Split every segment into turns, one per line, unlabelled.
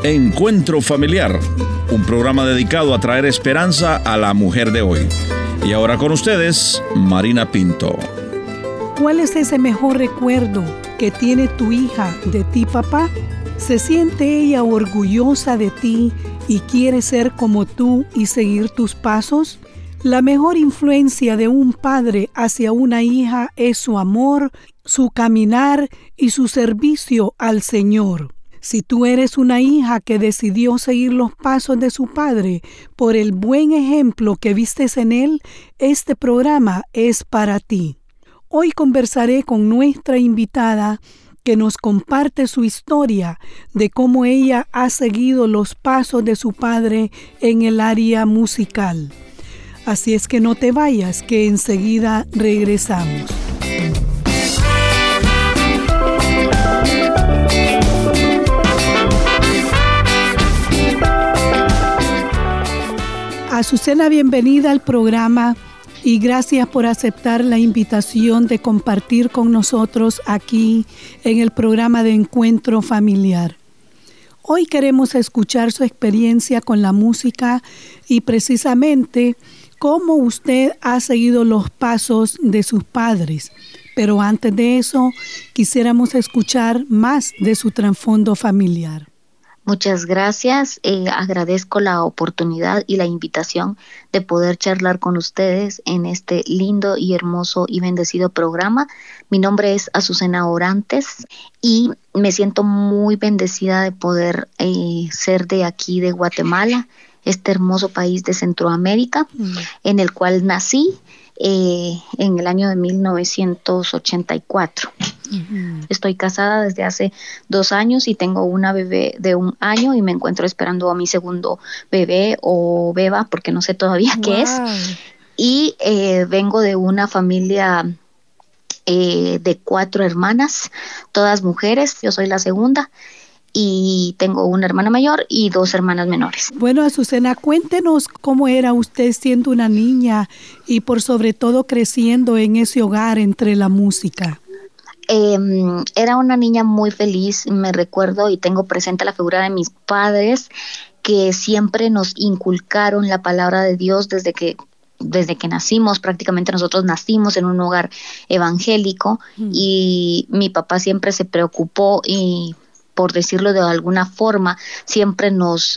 Encuentro Familiar, un programa dedicado a traer esperanza a la mujer de hoy. Y ahora con ustedes, Marina Pinto.
¿Cuál es ese mejor recuerdo que tiene tu hija de ti, papá? ¿Se siente ella orgullosa de ti y quiere ser como tú y seguir tus pasos? La mejor influencia de un padre hacia una hija es su amor, su caminar y su servicio al Señor. Si tú eres una hija que decidió seguir los pasos de su padre por el buen ejemplo que vistes en él, este programa es para ti. Hoy conversaré con nuestra invitada que nos comparte su historia de cómo ella ha seguido los pasos de su padre en el área musical. Así es que no te vayas, que enseguida regresamos. Azucena, bienvenida al programa y gracias por aceptar la invitación de compartir con nosotros aquí en el programa de Encuentro Familiar. Hoy queremos escuchar su experiencia con la música y precisamente cómo usted ha seguido los pasos de sus padres. Pero antes de eso, quisiéramos escuchar más de su trasfondo familiar.
Muchas gracias. Agradezco la oportunidad y la invitación de poder charlar con ustedes en este lindo y hermoso y bendecido programa. Mi nombre es Azucena Orantes y me siento muy bendecida de poder ser de aquí, de Guatemala, este hermoso país de Centroamérica, en el cual nací en el año de 1984. Estoy casada desde hace 2 años y tengo una bebé de 1 año y me encuentro esperando a mi segundo bebé o beba, porque no sé todavía qué es. Y vengo de una familia de 4 hermanas, todas mujeres. Yo soy la segunda. Y tengo una hermana mayor y 2 hermanas menores.
Bueno, Azucena, cuéntenos cómo era usted siendo una niña y por sobre todo creciendo en ese hogar entre la música.
Era una niña muy feliz, me recuerdo y tengo presente la figura de mis padres que siempre nos inculcaron la palabra de Dios desde que nacimos. Prácticamente nosotros nacimos en un hogar evangélico y mi papá siempre se preocupó y, por decirlo de alguna forma, siempre nos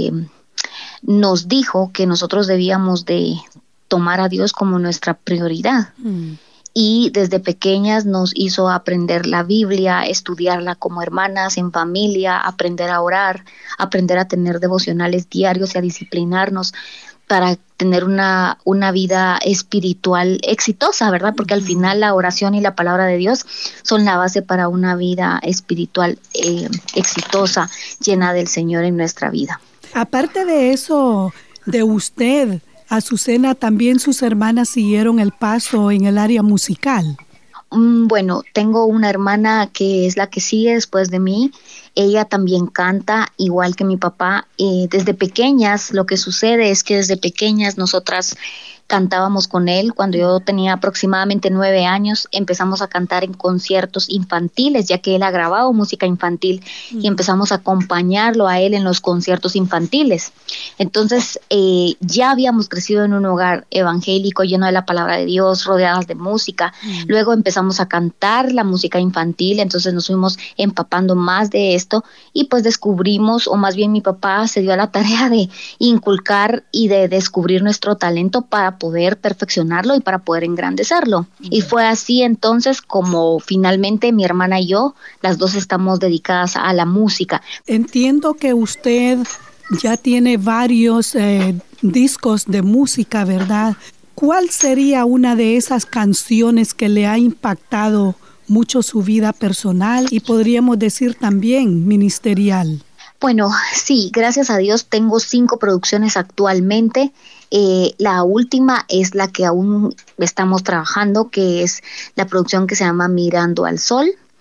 dijo que nosotros debíamos de tomar a Dios como nuestra prioridad. Y desde pequeñas nos hizo aprender la Biblia, estudiarla como hermanas, en familia, aprender a orar, aprender a tener devocionales diarios y a disciplinarnos para tener una vida espiritual exitosa, ¿verdad? Porque al final la oración y la palabra de Dios son la base para una vida espiritual exitosa, llena del Señor en nuestra vida.
Aparte de eso, de usted, Azucena, también sus hermanas siguieron el paso en el área musical.
Bueno, tengo una hermana que es la que sigue después de mí. Ella también canta, igual que mi papá. Desde pequeñas, lo que sucede es que desde pequeñas nosotras cantábamos con él. Cuando yo tenía aproximadamente 9 años, empezamos a cantar en conciertos infantiles, ya que él ha grabado música infantil y empezamos a acompañarlo a él en los conciertos infantiles. Entonces, ya habíamos crecido en un hogar evangélico lleno de la palabra de Dios, rodeadas de música. Luego empezamos a cantar la música infantil, entonces nos fuimos empapando más de esto y pues descubrimos, o más bien mi papá se dio a la tarea de inculcar y de descubrir nuestro talento para poder perfeccionarlo y para poder engrandecerlo. Y fue así entonces como finalmente mi hermana y yo, las dos estamos dedicadas a la música.
Entiendo que usted ya tiene varios discos de música, ¿verdad? ¿Cuál sería una de esas canciones que le ha impactado mucho su vida personal y podríamos decir también ministerial?
Bueno, sí, gracias a Dios tengo 5 producciones actualmente. La última es la que aún estamos trabajando, que es la producción que se llama Mirando al Sol.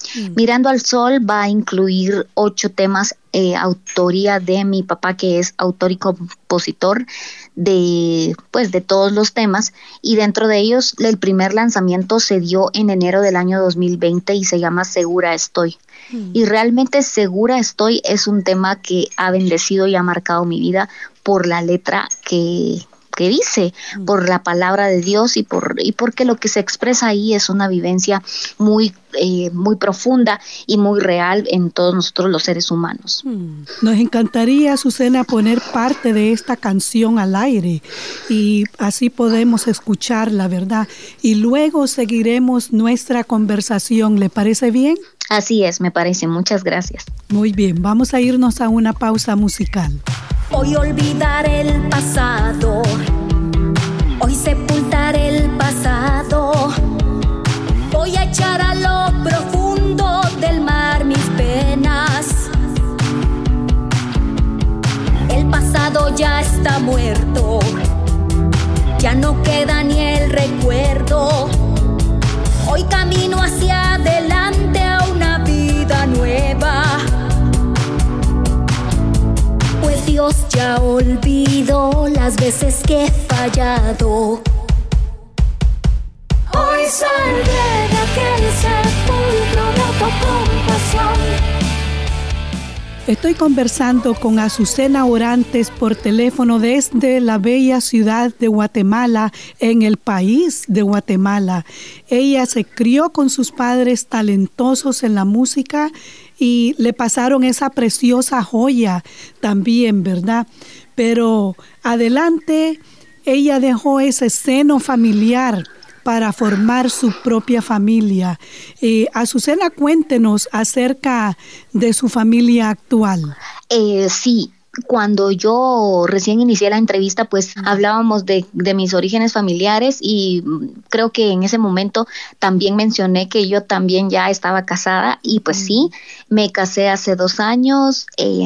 Mirando al Sol va a incluir 8 temas, autoría de mi papá, que es autor y compositor de todos los temas, y dentro de ellos el primer lanzamiento se dio en enero del año 2020 y se llama Segura Estoy. Y realmente Segura Estoy es un tema que ha bendecido y ha marcado mi vida por la letra que dice, por la palabra de Dios y porque lo que se expresa ahí es una vivencia muy profunda y muy real en todos nosotros los seres humanos.
Nos encantaría, Azucena, poner parte de esta canción al aire y así podemos escucharla, ¿verdad? Y luego seguiremos nuestra conversación. ¿Le parece bien?
Así es, me parece. Muchas gracias.
Muy bien, vamos a irnos a una pausa musical.
Hoy olvidar el pasado, hoy sepultar el pasado, voy a echar a lo profundo del mar mis penas. El pasado ya está muerto, ya no queda ni el recuerdo. Hoy camino hacia adelante a una vida nueva. Pues Dios ya olvidó las veces que he fallado. Hoy saldré de aquel sepulcro de autocompasión.
Estoy conversando con Azucena Orantes por teléfono desde la bella ciudad de Guatemala, en el país de Guatemala. Ella se crió con sus padres talentosos en la música y le pasaron esa preciosa joya también, ¿verdad? Pero adelante, ella dejó ese seno familiar para formar su propia familia. Azucena, cuéntenos acerca de su familia actual.
Sí. Cuando yo recién inicié la entrevista, pues hablábamos de mis orígenes familiares y creo que en ese momento también mencioné que yo también ya estaba casada y pues sí, me casé hace 2 años,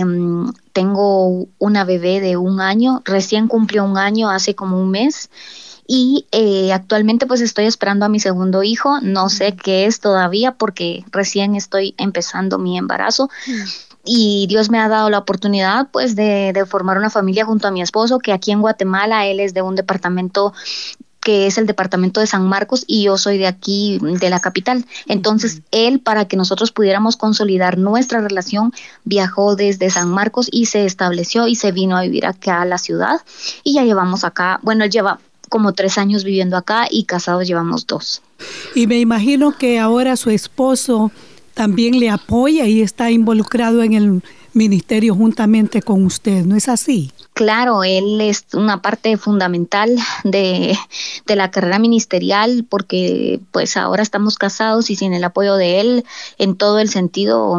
tengo una bebé de 1 año, recién cumplió 1 año hace como un mes. Y actualmente pues estoy esperando a mi segundo hijo, no sé qué es todavía porque recién estoy empezando mi embarazo. Y Dios me ha dado la oportunidad pues de formar una familia junto a mi esposo, que aquí en Guatemala él es de un departamento que es el departamento de San Marcos y yo soy de aquí, de la capital. Entonces él, para que nosotros pudiéramos consolidar nuestra relación, viajó desde San Marcos y se estableció y se vino a vivir acá a la ciudad y ya llevamos acá, bueno, él lleva como 3 años viviendo acá y casados llevamos 2.
Y me imagino que ahora su esposo también le apoya y está involucrado en el ministerio juntamente con usted, ¿no es así?
Claro, él es una parte fundamental de la carrera ministerial porque pues ahora estamos casados y sin el apoyo de él en todo el sentido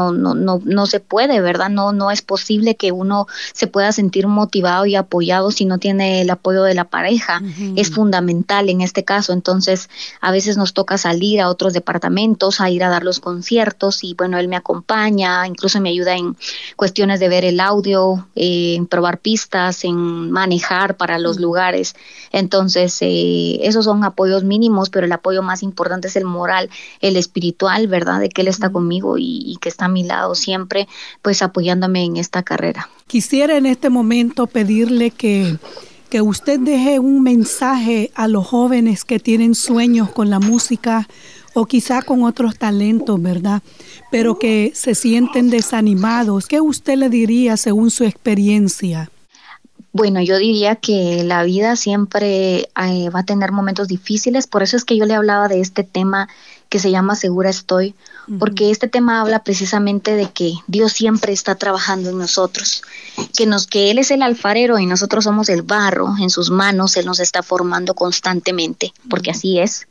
no se puede, ¿verdad? No es posible que uno se pueda sentir motivado y apoyado si no tiene el apoyo de la pareja. Uh-huh. Es fundamental en este caso. Entonces a veces nos toca salir a otros departamentos, a ir a dar los conciertos y bueno, él me acompaña, incluso me ayuda en cuestiones de ver el audio, en probar pistas, en manejar para los lugares. Entonces, esos son apoyos mínimos, pero el apoyo más importante es el moral, el espiritual, ¿verdad? De que él está conmigo y que está a mi lado siempre, pues apoyándome en esta carrera.
Quisiera en este momento pedirle que usted deje un mensaje a los jóvenes que tienen sueños con la música o quizá con otros talentos, ¿verdad? Pero que se sienten desanimados. ¿Qué usted le diría según su experiencia?
Bueno, yo diría que la vida siempre va a tener momentos difíciles, por eso es que yo le hablaba de este tema que se llama Segura Estoy, porque este tema habla precisamente de que Dios siempre está trabajando en nosotros, que Él es el alfarero y nosotros somos el barro en sus manos, Él nos está formando constantemente, porque así es.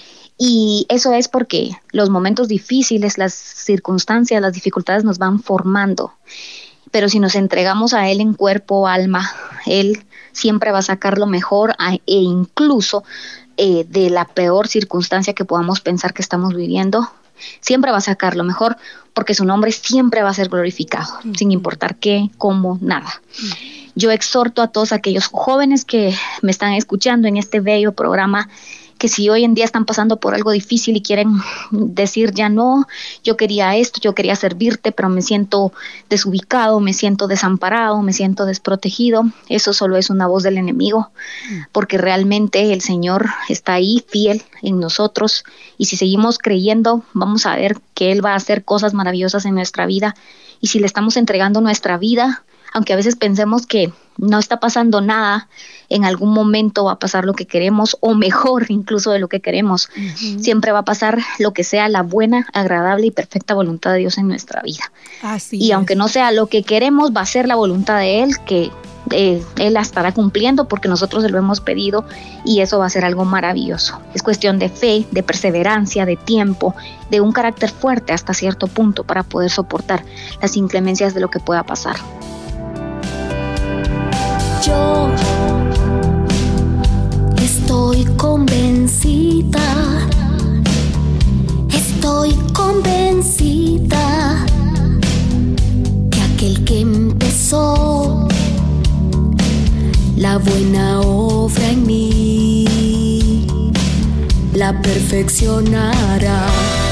Y eso es porque los momentos difíciles, las circunstancias, las dificultades nos van formando. Pero si nos entregamos a Él en cuerpo, alma, Él siempre va a sacar lo mejor e incluso de la peor circunstancia que podamos pensar que estamos viviendo, siempre va a sacar lo mejor porque su nombre siempre va a ser glorificado, sin importar qué, cómo, nada. Yo exhorto a todos aquellos jóvenes que me están escuchando en este bello programa que si hoy en día están pasando por algo difícil y quieren decir ya no, yo quería esto, yo quería servirte, pero me siento desubicado, me siento desamparado, me siento desprotegido, eso solo es una voz del enemigo, porque realmente el Señor está ahí fiel en nosotros, y si seguimos creyendo vamos a ver que Él va a hacer cosas maravillosas en nuestra vida. Y si le estamos entregando nuestra vida, aunque a veces pensemos que no está pasando nada, en algún momento va a pasar lo que queremos, o mejor incluso de lo que queremos. Siempre va a pasar lo que sea la buena, agradable y perfecta voluntad de Dios en nuestra vida. Y aunque no sea lo que queremos, va a ser la voluntad de Él, que Él la estará cumpliendo porque nosotros se lo hemos pedido, y eso va a ser algo maravilloso. Es cuestión de fe, de perseverancia, de tiempo, de un carácter fuerte hasta cierto punto para poder soportar las inclemencias de lo que pueda pasar.
Yo estoy convencida que aquel que empezó la buena obra en mí la perfeccionará.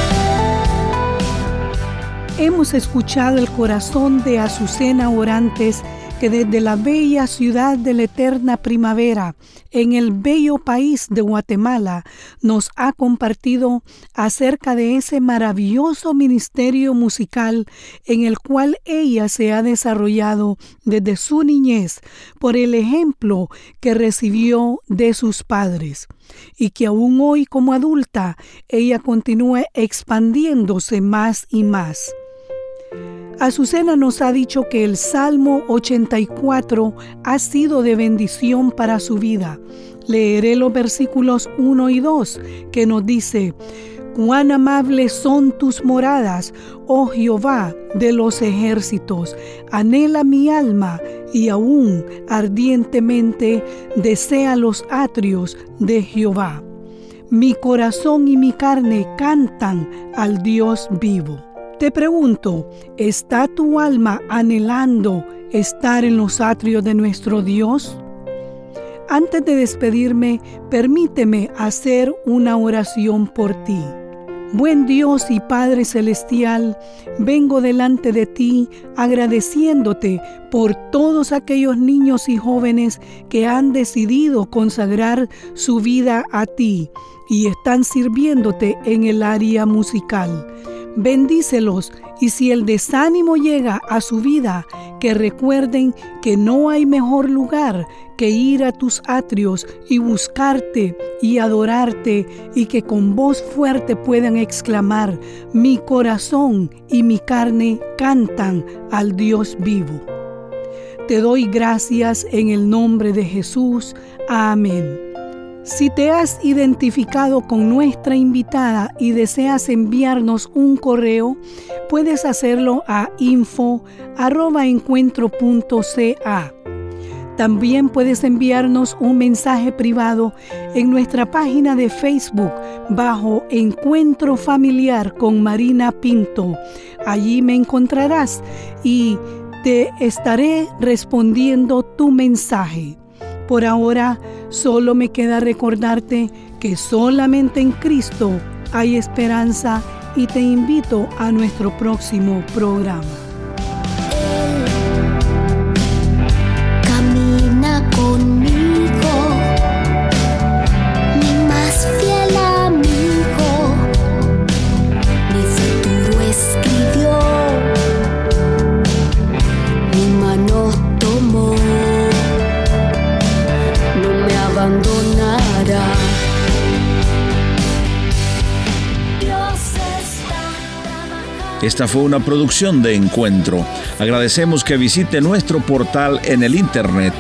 Hemos escuchado el corazón de Azucena Orantes, que desde la bella ciudad de la eterna primavera, en el bello país de Guatemala, nos ha compartido acerca de ese maravilloso ministerio musical en el cual ella se ha desarrollado desde su niñez por el ejemplo que recibió de sus padres, y que aún hoy como adulta ella continúa expandiéndose más y más. Azucena nos ha dicho que el Salmo 84 ha sido de bendición para su vida. Leeré los versículos 1 y 2 que nos dice: «Cuán amables son tus moradas, oh Jehová de los ejércitos. Anhela mi alma y aún ardientemente desea los atrios de Jehová. Mi corazón y mi carne cantan al Dios vivo». Te pregunto, ¿está tu alma anhelando estar en los atrios de nuestro Dios? Antes de despedirme, permíteme hacer una oración por ti. Buen Dios y Padre Celestial, vengo delante de ti agradeciéndote por todos aquellos niños y jóvenes que han decidido consagrar su vida a ti y están sirviéndote en el área musical. Bendícelos, y si el desánimo llega a su vida, que recuerden que no hay mejor lugar que ir a tus atrios y buscarte y adorarte, y que con voz fuerte puedan exclamar: mi corazón y mi carne cantan al Dios vivo. Te doy gracias en el nombre de Jesús. Amén. Si te has identificado con nuestra invitada y deseas enviarnos un correo, puedes hacerlo a info@encuentro.ca. También puedes enviarnos un mensaje privado en nuestra página de Facebook bajo Encuentro Familiar con Marina Pinto. Allí me encontrarás y te estaré respondiendo tu mensaje. Por ahora, solo me queda recordarte que solamente en Cristo hay esperanza, y te invito a nuestro próximo programa.
Camina conmigo, mi más fiel amigo, mi futuro escribió, mi mano tomó. Abandonará.
Esta fue una producción de Encuentro. Agradecemos que visite nuestro portal en el internet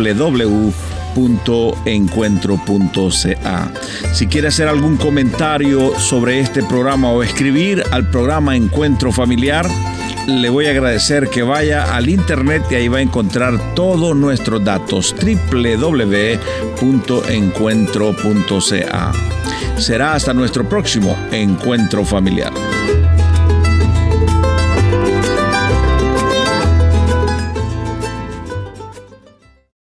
www.encuentro.ca. Si quiere hacer algún comentario sobre este programa o escribir al programa Encuentro Familiar, le voy a agradecer que vaya al internet y ahí va a encontrar todos nuestros datos: www.encuentro.ca. Será hasta nuestro próximo Encuentro Familiar.